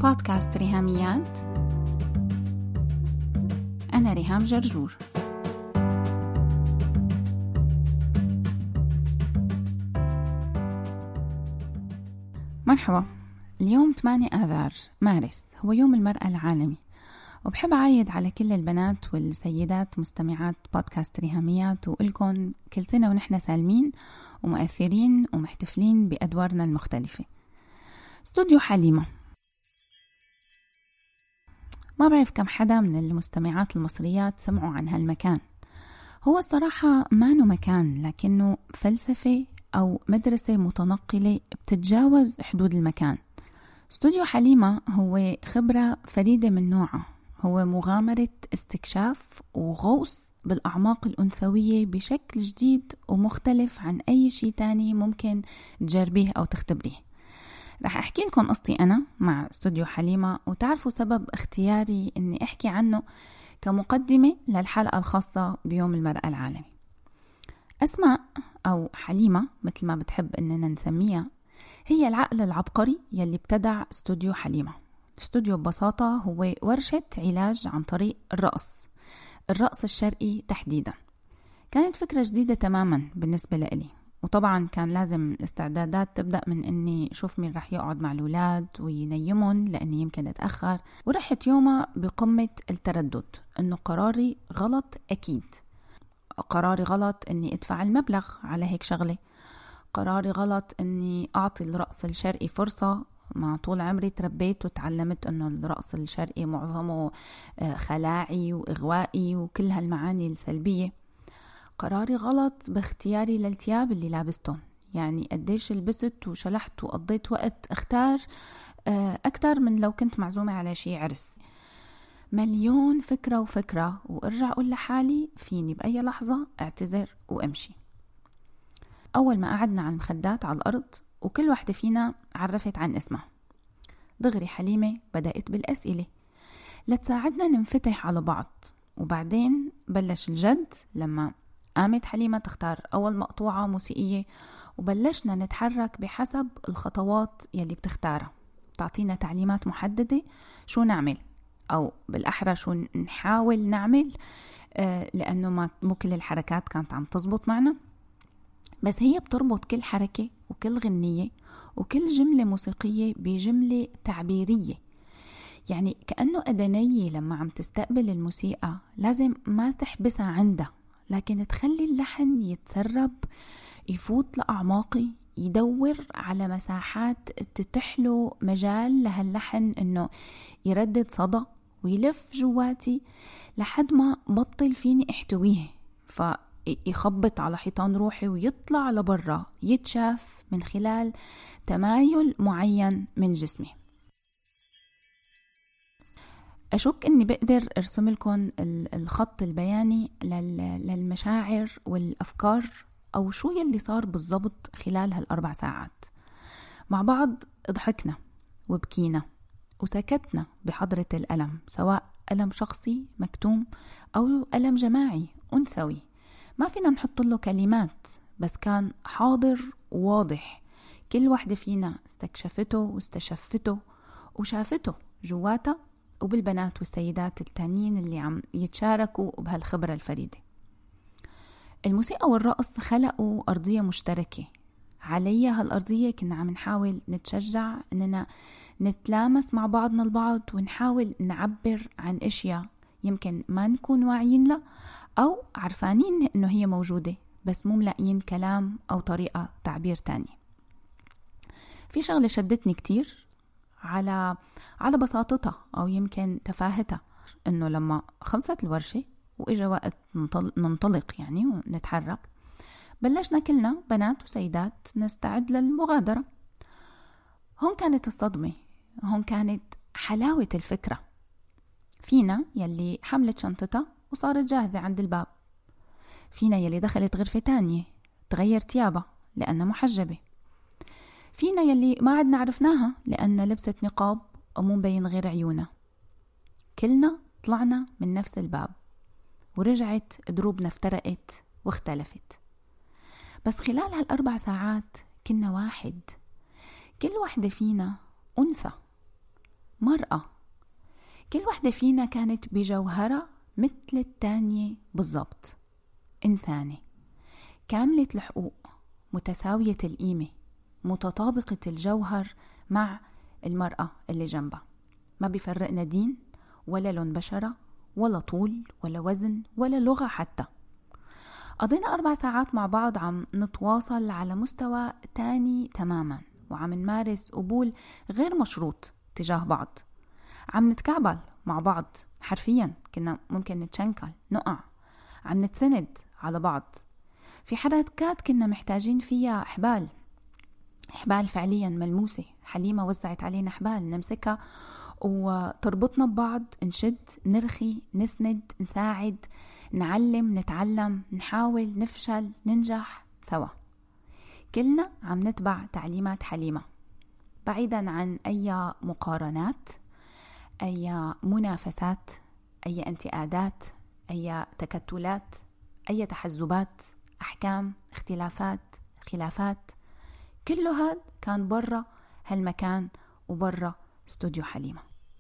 بودكاست ريهاميات. أنا ريهام جرجور. مرحبا. اليوم 8 آذار مارس هو يوم المرأة العالمي، وبحب أعيد على كل البنات والسيدات مستمعات بودكاست ريهاميات وقلكن كل سنة ونحن سالمين ومؤثرين ومحتفلين بأدوارنا المختلفة. استوديو حليمة، ما بعرف كم حدا من المستمعات المصريات سمعوا عن هالمكان. هو الصراحة ما نو مكان، لكنه فلسفة أو مدرسة متنقلة بتتجاوز حدود المكان. استوديو حليمة هو خبرة فريدة من نوعها، هو مغامرة استكشاف وغوص بالأعماق الأنثوية بشكل جديد ومختلف عن أي شيء تاني ممكن تجربيه أو تختبريه. رح أحكي لكم قصتي أنا مع استوديو حليمة، وتعرفوا سبب اختياري أني أحكي عنه كمقدمة للحلقة الخاصة بيوم المرأة العالمي. أسماء أو حليمة مثل ما بتحب أننا نسميها هي العقل العبقري يلي ابتدع استوديو حليمة. استوديو ببساطة هو ورشة علاج عن طريق الرقص الشرقي تحديدا. كانت فكرة جديدة تماما بالنسبة لإلي، وطبعا كان لازم الاستعدادات تبدأ من اني شوف مين رح يقعد مع الأولاد وينيمون لاني يمكن اتأخر. ورحت يومها بقمة التردد انه قراري غلط، اكيد قراري غلط اني ادفع المبلغ على هيك شغلة، قراري غلط اني اعطي الرقص الشرقي فرصة. مع طول عمري تربيت وتعلمت انه الرقص الشرقي معظمه خلاعي واغوائي وكل هالمعاني السلبية. قراري غلط باختياري للثياب اللي لابستهم، يعني قديش لبست وشلحت وقضيت وقت اختار اكتر من لو كنت معزومة على شي عرس. مليون فكرة وارجع اقول لحالي فيني بأي لحظة اعتذر وامشي. اول ما قعدنا على المخدات على الارض وكل واحدة فينا عرفت عن اسمها، دغري حليمة بدأت بالأسئلة لتساعدنا ننفتح على بعض. وبعدين بلش الجد لما قامت حليمة تختار أول مقطوعة موسيقية، وبلشنا نتحرك بحسب الخطوات يلي بتختارها. تعطينا تعليمات محددة شو نعمل، أو بالأحرى شو نحاول نعمل، لأنه مو كل الحركات كانت عم تزبط معنا، بس هي بتربط كل حركة وكل غنية وكل جملة موسيقية بجملة تعبيرية. يعني كأنه أدنية لما عم تستقبل الموسيقى لازم ما تحبسها عندها، لكن تخلي اللحن يتسرب، يفوت لأعماقي، يدور على مساحات تتحله مجال لهاللحن انه يردد صدى ويلف جواتي لحد ما بطل فيني احتويه، فيخبط على حيطان روحي ويطلع لبرا، يتشاف من خلال تمايل معين من جسمي. أشك أني بقدر أرسم لكم الخط البياني للمشاعر والأفكار أو شو يلي صار بالضبط خلال هالأربع ساعات. مع بعض ضحكنا وبكينا وسكتنا بحضرة الألم، سواء ألم شخصي مكتوم أو ألم جماعي أنثوي ما فينا نحط له كلمات، بس كان حاضر وواضح. كل واحدة فينا استكشفته واستشفته وشافته جواتا، وبالبنات والسيدات التانيين اللي عم يتشاركوا بهالخبرة الفريدة. الموسيقى والرقص خلقوا أرضية مشتركة، عليها هالأرضية كنا عم نحاول نتشجع إننا نتلامس مع بعضنا البعض ونحاول نعبر عن أشياء يمكن ما نكون واعيين لها أو عرفانين إنه هي موجودة، بس مو ملاقيين كلام أو طريقة تعبير تانية. في شغلة شدتني كتير على بساطتها أو يمكن تفاهتها، إنه لما خلصت الورشة وإجا وقت ننطلق يعني ونتحرك، بلشنا كلنا بنات وسيدات نستعد للمغادرة. هون كانت الصدمة، هون كانت حلاوة الفكرة. فينا يلي حملت شنطتها وصارت جاهزة عند الباب، فينا يلي دخلت غرفة تانية تغير تيابها لأنها محجبة، فينا يلي ما عدنا عرفناها لأن لبست نقاب ومو مبين غير عيونها. كلنا طلعنا من نفس الباب، ورجعت دروبنا افترقت واختلفت. بس خلال هالأربع ساعات كنا واحد، كل واحدة فينا أنثى، مرأة. كل واحدة فينا كانت بجوهرة مثل التانية بالضبط، إنسانة كاملة الحقوق، متساوية القيمة، متطابقة الجوهر مع المرأة اللي جنبها. ما بيفرقنا دين ولا لون بشرة ولا طول ولا وزن ولا لغة حتى. قضينا 4 ساعات مع بعض عم نتواصل على مستوى تاني تماما، وعم نمارس قبول غير مشروط تجاه بعض. عم نتكعبل مع بعض حرفيا، كنا ممكن نتشنكل نقع، عم نتسند على بعض. في حركات كنا محتاجين فيها حبال فعليا ملموسة. حليمة وزعت علينا حبال نمسكها وتربطنا ببعض، نشد، نرخي، نسند، نساعد، نعلم، نتعلم، نحاول، نفشل، ننجح سوا. كلنا عم نتبع تعليمات حليمة، بعيدا عن أي مقارنات، أي منافسات، أي انتقادات، أي تكتلات، أي تحزبات، أحكام، اختلافات، خلافات. كل هذا كان برا هالمكان وبرا استوديو حليمة.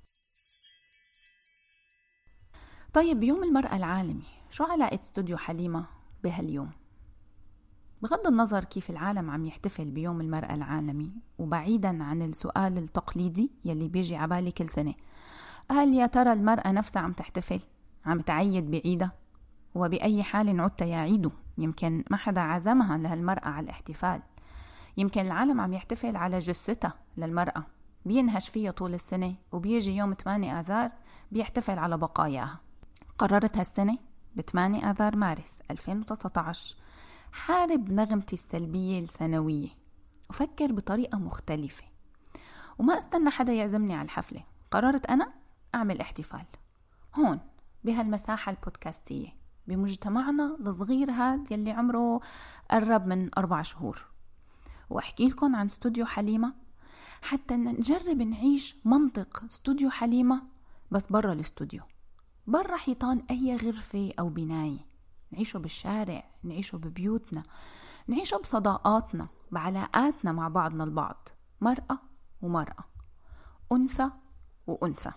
طيب، بيوم المرأة العالمي شو علاقة استوديو حليمة بهاليوم؟ بغض النظر كيف العالم عم يحتفل بيوم المرأة العالمي، وبعيدا عن السؤال التقليدي يلي بيجي عبالي كل سنة، هل يا ترى المرأة نفسها عم تحتفل؟ عم تعيد بعيدها؟ وبأي حال عدت يا عيد؟ يمكن ما حدا عزمها لهالمرأة على الاحتفال. يمكن العالم عم يحتفل على جثتها للمرأة، بينهش فيها طول السنة، وبيجي يوم 8 آذار بيحتفل على بقاياها. قررت هالسنة ب8 آذار مارس 2019 حارب نغمتي السلبية السنوية وفكر بطريقة مختلفة، وما استنى حدا يعزمني على الحفلة. قررت أنا أعمل احتفال هون بهالمساحة البودكاستية بمجتمعنا الصغير هاد يلي عمره قرب من 4 شهور، وأحكي لكم عن استوديو حليمة حتى نجرب نعيش منطق استوديو حليمة بس برا الاستوديو، برا حيطان أي غرفة أو بناية. نعيشه بالشارع، نعيشه ببيوتنا، نعيشه بصداقاتنا، بعلاقاتنا مع بعضنا البعض، مرأة ومرأة، أنثى وأنثى.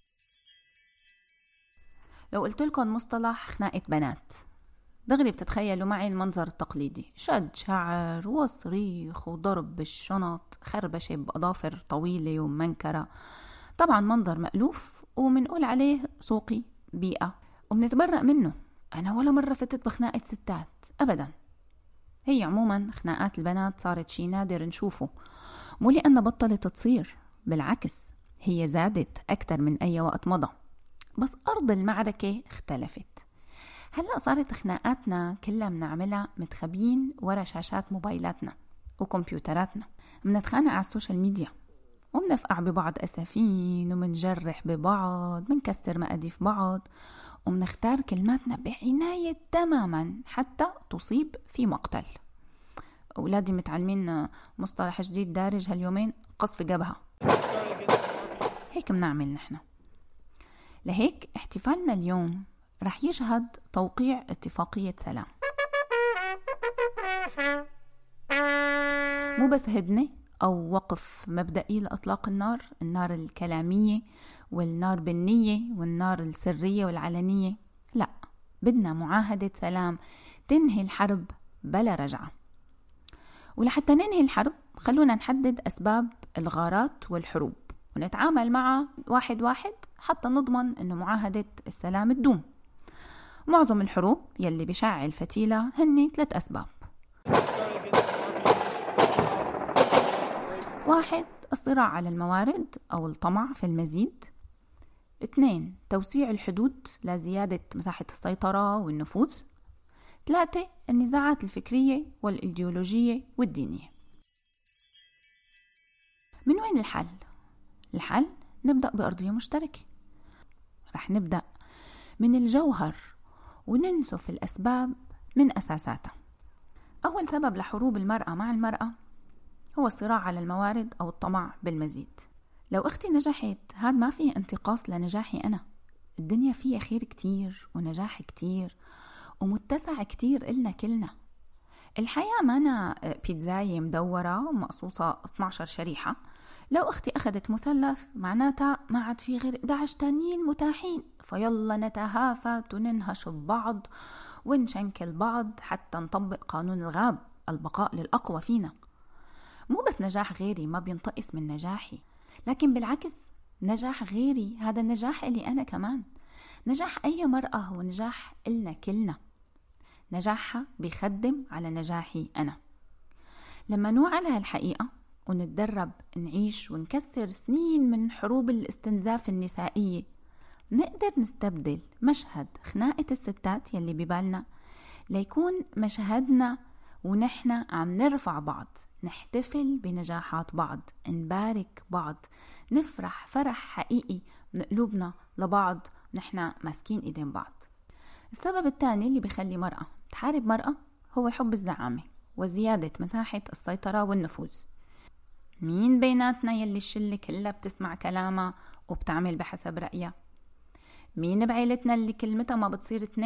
لو قلت لكم مصطلح خناقة بنات، دغري بتتخيلوا معي المنظر التقليدي: شد شعر وصريخ وضرب بالشنط، خربشة بأظافر طويلة ومنكرة. طبعا منظر مألوف ومنقول عليه سوقي بيئة وبنتبرأ منه. أنا ولا مرة فتت بخناقة ستات أبدا. هي عموما خناقات البنات صارت شي نادر نشوفه، مو لأنها بطلت تصير، بالعكس هي زادت أكتر من أي وقت مضى، بس أرض المعركة اختلفت. هلأ صارت خناقاتنا كلها منعملها متخبين ورا شاشات موبايلاتنا وكمبيوتراتنا، منتخانق على السوشيال ميديا، ومنفقع ببعض أسفين، ومنجرح ببعض، منكسر مقاديف بعض، ومنختار كلماتنا بعناية تماما حتى تصيب في مقتل. أولادي متعلمين مصطلح جديد دارج هاليومين: قصف جبهة. هيك منعمل نحن. لهيك احتفالنا اليوم رح يشهد توقيع اتفاقية سلام، مو بس هدنة أو وقف مبدئي لإطلاق النار الكلامية والنار بالنية والنار السرية والعلنية. لا، بدنا معاهدة سلام تنهي الحرب بلا رجعة. ولحتى ننهي الحرب خلونا نحدد أسباب الغارات والحروب ونتعامل مع واحد واحد حتى نضمن أنه معاهدة السلام تدوم. معظم الحروب يلي بشع الفتيلة هن 3 أسباب: 1 الصراع على الموارد أو الطمع في المزيد. 2 توسيع الحدود لزيادة مساحة السيطرة والنفوذ. 3 النزاعات الفكرية والإيديولوجية والدينية. من وين الحل؟ الحل نبدأ بأرضية مشتركة. رح نبدأ من الجوهر وننسف الأسباب من أساساتها. أول سبب لحروب المرأة مع المرأة هو الصراع على الموارد أو الطمع بالمزيد. لو أختي نجحت، هاد ما فيه انتقاص لنجاحي أنا. الدنيا فيها خير كتير ونجاح كتير ومتسع كتير إلنا كلنا. الحياة مانا بيتزاية مدورة مقصوصة 12 شريحة لو أختي أخذت مثلث معناتها ما عاد في غير 11 تانيين متاحين، فيلا نتهافت وننهش ببعض ونشنكل بعض حتى نطبق قانون الغاب، البقاء للأقوى فينا. مو بس نجاح غيري ما بينتقص من نجاحي، لكن بالعكس نجاح غيري هذا النجاح اللي أنا كمان. نجاح أي مرأة هو نجاح إلنا كلنا، نجاحها بيخدم على نجاحي أنا. لما نوعى على هالحقيقة ونتدرب نعيش ونكسر سنين من حروب الاستنزاف النسائية، نقدر نستبدل مشهد خناقة الستات يلي ببالنا ليكون مشهدنا ونحن عم نرفع بعض، نحتفل بنجاحات بعض، نبارك بعض، نفرح فرح حقيقي من قلوبنا لبعض، نحن ماسكين ايدين بعض. السبب الثاني اللي بيخلي مرأة تحارب مرأة هو حب الزعامة وزيادة مساحة السيطرة والنفوذ. مين بيناتنا يلي الشلة كلها بتسمع كلامها وبتعمل بحسب رأيها؟ مين بعيلتنا اللي كلمتها ما بتصير 2؟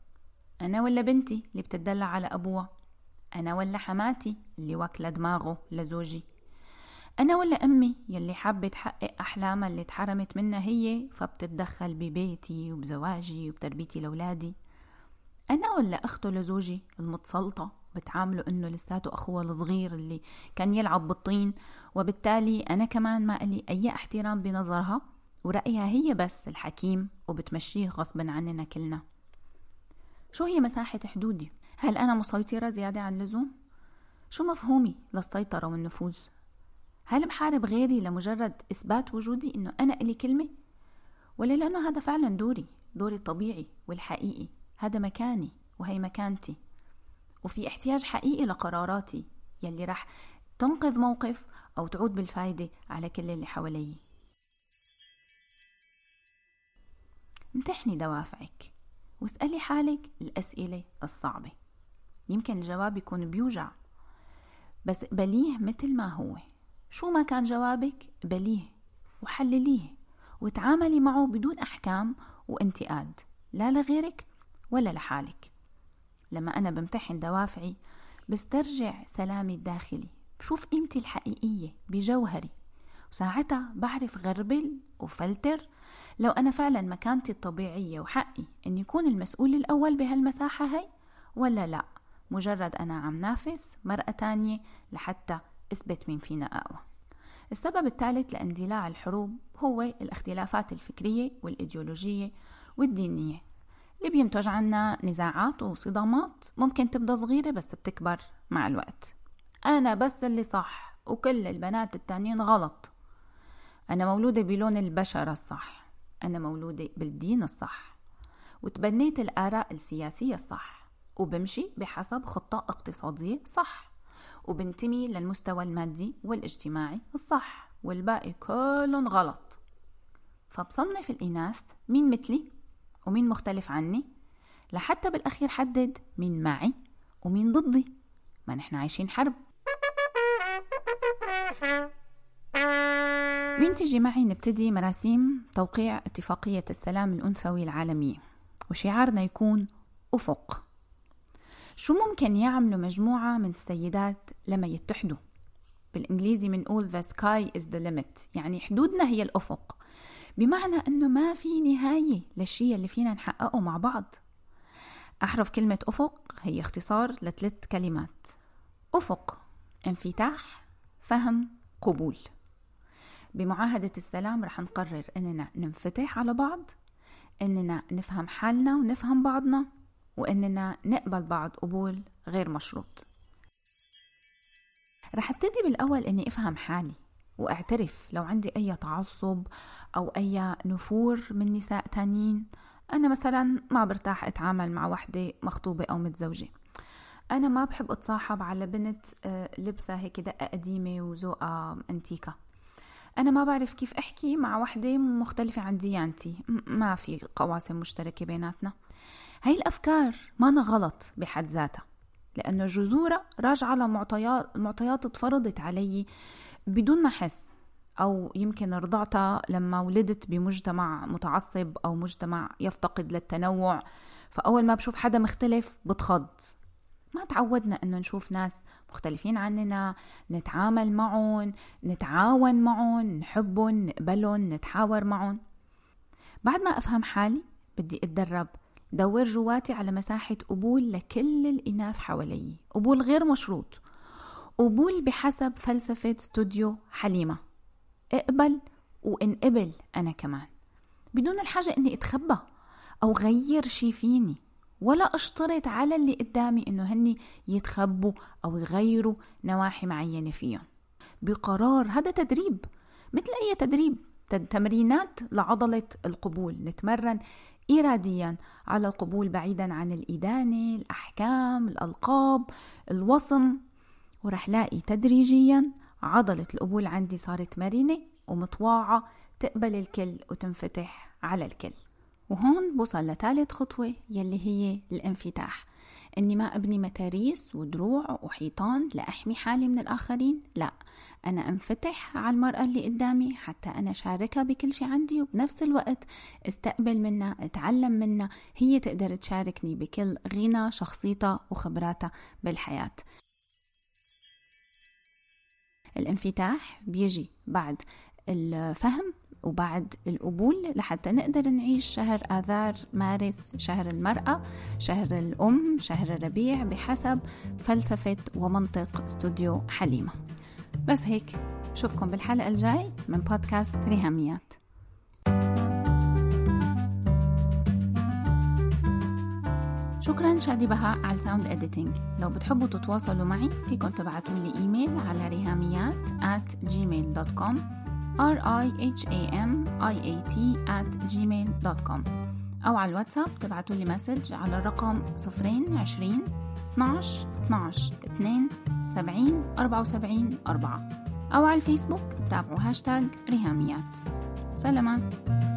أنا ولا بنتي اللي بتدلع على أبوها؟ أنا ولا حماتي اللي واكلة دماغه لزوجي؟ أنا ولا أمي يلي حابة تحقق أحلامها اللي اتحرمت منها هي فبتتدخل ببيتي وبزواجي وبتربيتي لأولادي؟ أنا ولا أخته لزوجي المتسلطة بتعامله إنه لساته أخوه الصغير اللي كان يلعب بالطين، وبالتالي أنا كمان ما لي أي احترام بنظرها ورأيها هي بس الحكيم وبتمشيه غصبا عننا كلنا؟ شو هي مساحة حدودي؟ هل أنا مسيطرة زيادة عن اللزوم؟ شو مفهومي للسيطرة والنفوذ؟ هل بحارب غيري لمجرد إثبات وجودي إنه أنا إلي كلمة؟ ولا لأنه هذا فعلا دوري الطبيعي والحقيقي، هذا مكاني وهي مكانتي، وفي احتياج حقيقي لقراراتي يلي رح تنقذ موقف أو تعود بالفايدة على كل اللي حوالي. امتحني دوافعك واسألي حالك الأسئلة الصعبة، يمكن الجواب يكون بيوجع، بس قبليه مثل ما هو. شو ما كان جوابك قبليه وحلليه وتعاملي معه بدون أحكام وانتقاد، لا لغيرك ولا لحالك. لما أنا بمتحن دوافعي بسترجع سلامي الداخلي، بشوف قيمتي الحقيقية بجوهري، وساعتها بعرف غربل وفلتر لو أنا فعلا مكانتي الطبيعية وحقي أن يكون المسؤول الأول بهالمساحة هاي، ولا لا مجرد أنا عم نافس مرأة تانية لحتى أثبت مين فينا أقوى. السبب الثالث لاندلاع الحروب هو الاختلافات الفكرية والإيديولوجية والدينية اللي بينتج عنها نزاعات وصدامات ممكن تبدأ صغيرة بس بتكبر مع الوقت. أنا بس اللي صح وكل البنات التانيين غلط، أنا مولودة بلون البشرة الصح، أنا مولودة بالدين الصح، وتبنيت الآراء السياسية الصح، وبمشي بحسب خطة اقتصادية صح، وبنتمي للمستوى المادي والاجتماعي الصح، والباقي كلهم غلط. فبصنف الإناث مين مثلي ومين مختلف عني لحتى بالأخير حدد مين معي ومين ضدي، ما نحن عايشين حرب. مين تيجي معي نبتدي مراسيم توقيع اتفاقية السلام الأنثوي العالمية، وشعارنا يكون أفق. شو ممكن يعملوا مجموعة من السيدات لما يتحدوا؟ بالإنجليزي منقول the sky is the limit، يعني حدودنا هي الأفق، بمعنى أنه ما في نهاية للشيء اللي فينا نحققه مع بعض. أحرف كلمة أفق هي اختصار ل3 كلمات: أفق، انفتاح، فهم، قبول. بمعاهدة السلام رح نقرر أننا ننفتح على بعض، أننا نفهم حالنا ونفهم بعضنا، وأننا نقبل بعض قبول غير مشروط. رح ابتدي بالأول أني أفهم حالي وأعترف لو عندي أي تعصب أو أي نفور من نساء تانيين. أنا مثلا ما برتاح أتعامل مع وحدة مخطوبة أو متزوجة، أنا ما بحب أتصاحب على بنت لبسها هيك دقة قديمة وذوقها أنتيكا، أنا ما بعرف كيف أحكي مع وحدة مختلفة عن ديانتي، ما في قواسم مشتركة بيناتنا. هاي الأفكار ما غلط بحد ذاتها، لأنه جذورها راجعة لمعطيات اتفرضت علي بدون ما أحس، أو يمكن رضعتها لما ولدت بمجتمع متعصب أو مجتمع يفتقد للتنوع، فأول ما بشوف حدا مختلف بتخض. ما تعودنا إنه نشوف ناس مختلفين عننا، نتعامل معهم، نتعاون معهم، نحبهم، نقبلهم، نتحاور معهم. بعد ما أفهم حالي بدي أتدرب دور جواتي على مساحة قبول لكل الإناث حوالي، قبول غير مشروط، قبول بحسب فلسفة استوديو حليمة، اقبل وانقبل أنا كمان، بدون الحاجة إني أتخبى أو غير شي فيني، ولا أشترط على اللي قدامي إنه هني يتخبوا أو يغيروا نواحي معينة فيهم بقرار. هذا تدريب مثل أي تدريب، تمرينات لعضلة القبول، نتمرن إراديا على القبول بعيدا عن الإدانة، الأحكام، الألقاب، الوصم، ورح لاقي تدريجيا عضلة القبول عندي صارت مرنة ومطواعة تقبل الكل وتنفتح على الكل. وهون بوصل لثالث خطوة يلي هي الانفتاح، اني ما ابني متاريس ودروع وحيطان لأحمي حالي من الآخرين، لا، أنا انفتح على المرأة اللي قدامي حتى أنا شاركها بكل شي عندي، وبنفس الوقت استقبل منها، اتعلم منها، هي تقدر تشاركني بكل غنى شخصيتها وخبراتها بالحياة. الانفتاح بيجي بعد الفهم وبعد القبول لحتى نقدر نعيش شهر آذار مارس، شهر المرأة، شهر الأم، شهر الربيع، بحسب فلسفة ومنطق استوديو حليمة. بس هيك، بشوفكم بالحلقة الجاي من بودكاست ريهاميات. شكرا شادي بهاء على الساوند اديتنج. لو بتحبوا تتواصلوا معي فيكم تبعتوا لي ايميل على ريهاميات@gmail.com RIHAMIAT@gmail.com أو على الواتساب تبعتوا لي مسج على الرقم 020 12 12 2 70 74 4 أو على الفيسبوك تابعوا هاشتاج ريهاميات. سلامات.